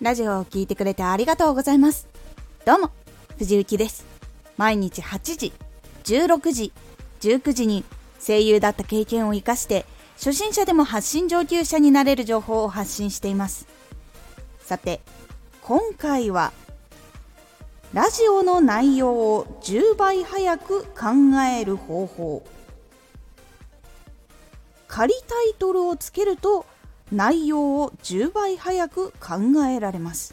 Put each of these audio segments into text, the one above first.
ラジオを聞いてくれてありがとうございます。どうも、藤幸です。毎日8時、16時、19時に声優だった経験を生かして初心者でも発信上級者になれる情報を発信しています。さて、今回はラジオの内容を10倍早く考える方法。仮タイトルをつけると内容を10倍早く考えられます。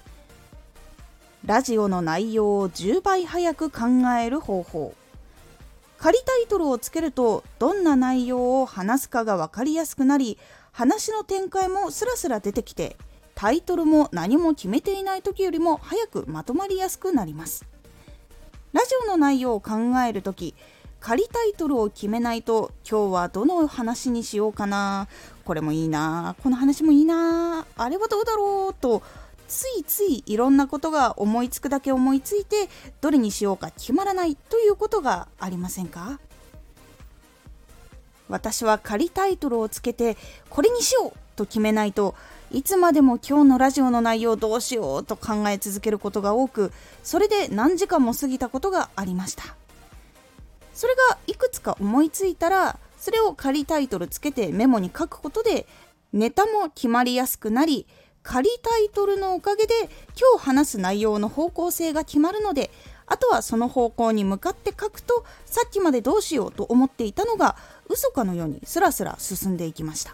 ラジオの内容を10倍早く考える方法。仮タイトルをつけるとどんな内容を話すかが分かりやすくなり、話の展開もスラスラ出てきて、タイトルも何も決めていない時よりも早くまとまりやすくなります。ラジオの内容を考えるとき、仮タイトルを決めないと、今日はどの話にしようかな、これもいいな、この話もいいな、あれはどうだろうと、ついついいろんなことが思いつくだけ思いついて、どれにしようか決まらないということがありませんか？私は仮タイトルをつけて、これにしようと決めないと、いつまでも今日のラジオの内容どうしようと考え続けることが多く、それで何時間も過ぎたことがありました。それがいくつか思いついたら、それを仮タイトルつけてメモに書くことでネタも決まりやすくなり、仮タイトルのおかげで今日話す内容の方向性が決まるので、あとはその方向に向かって書くと、さっきまでどうしようと思っていたのが嘘かのようにスラスラ進んでいきました。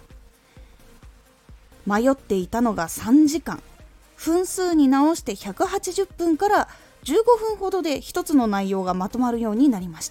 迷っていたのが3時間、分数に直して180分から15分ほどで一つの内容がまとまるようになりました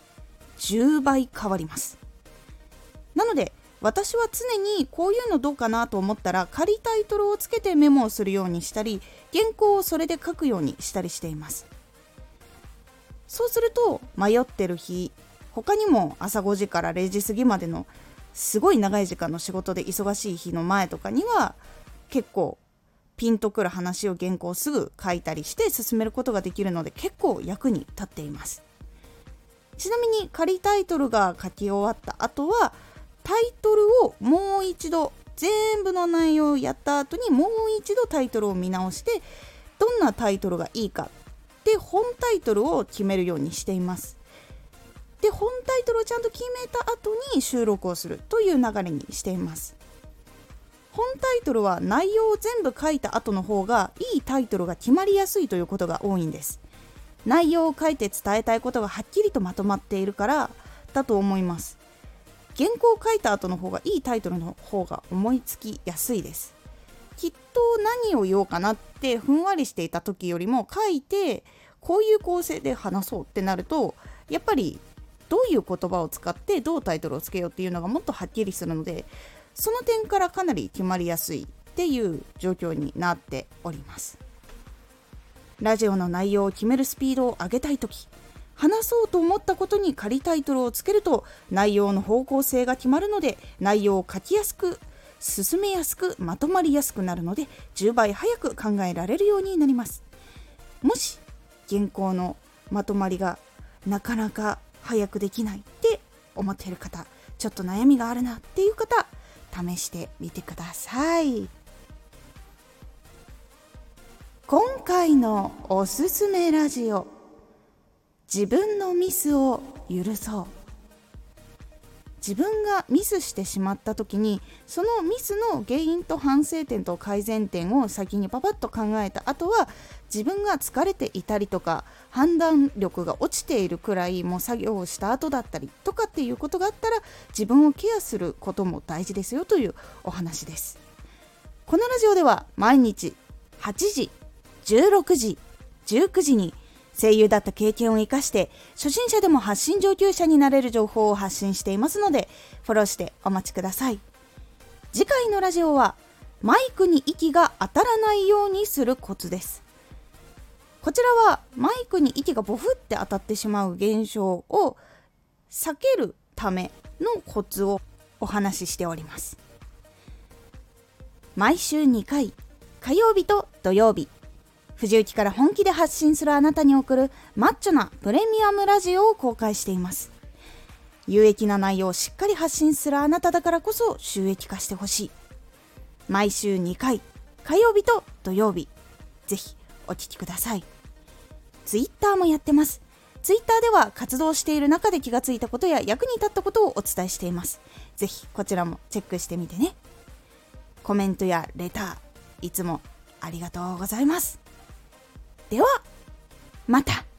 。10倍変わります。なので私は常にこういうのどうかなと思ったら、仮タイトルをつけてメモをするようにしたり、原稿をそれで書くようにしたりしています。そうすると迷ってる日、他にも朝5時から0時過ぎまでのすごい長い時間の仕事で忙しい日の前とかには、結構ピンとくる話を原稿をすぐ書いたりして進めることができるので、結構役に立っています。ちなみに仮タイトルが書き終わった後は、タイトルをもう一度、全部の内容をやった後にもう一度タイトルを見直して、どんなタイトルがいいかで本タイトルを決めるようにしています。で、本タイトルをちゃんと決めた後に収録をするという流れにしています。本タイトルは内容を全部書いた後の方がいいタイトルが決まりやすいということが多いんです。内容を書いて伝えたいことがはっきりとまとまっているからだと思います。原稿を書いた後の方がいいタイトルの方が思いつきやすいです。きっと何を言おうかなってふんわりしていた時よりも、書いてこういう構成で話そうってなると、やっぱりどういう言葉を使ってどうタイトルをつけようっていうのがもっとはっきりするので、その点からかなり決まりやすいっていう状況になっております。ラジオの内容を決めるスピードを上げたいとき、話そうと思ったことに仮タイトルをつけると内容の方向性が決まるので、内容を書きやすく、進めやすく、まとまりやすくなるので、10倍早く考えられるようになります。もし原稿のまとまりがなかなか早くできないって思っている方、ちょっと悩みがあるなっていう方、試してみてください。今回のおすすめラジオ、自分のミスを許そう。自分がミスしてしまった時に、そのミスの原因と反省点と改善点を先にパパッと考えた後は、自分が疲れていたりとか判断力が落ちているくらいもう作業をした後だったりとかっていうことがあったら、自分をケアすることも大事ですよというお話です。このラジオでは毎日8時、16時、19時に声優だった経験を生かして初心者でも発信上級者になれる情報を発信していますので、フォローしてお待ちください。次回のラジオはマイクに息が当たらないようにするコツです。こちらはマイクに息がボフって当たってしまう現象を避けるためのコツをお話ししております。毎週2回、火曜日と土曜日、藤雪から本気で発信するあなたに送るマッチョなプレミアムラジオを公開しています。有益な内容をしっかり発信するあなただからこそ収益化してほしい。毎週2回、 火曜日と土曜日、ぜひお聞きください。ツイッターもやってます。ツイッターでは活動している中で気がついたことや役に立ったことをお伝えしています。ぜひこちらもチェックしてみてね。コメントやレター、いつもありがとうございます。ではまた。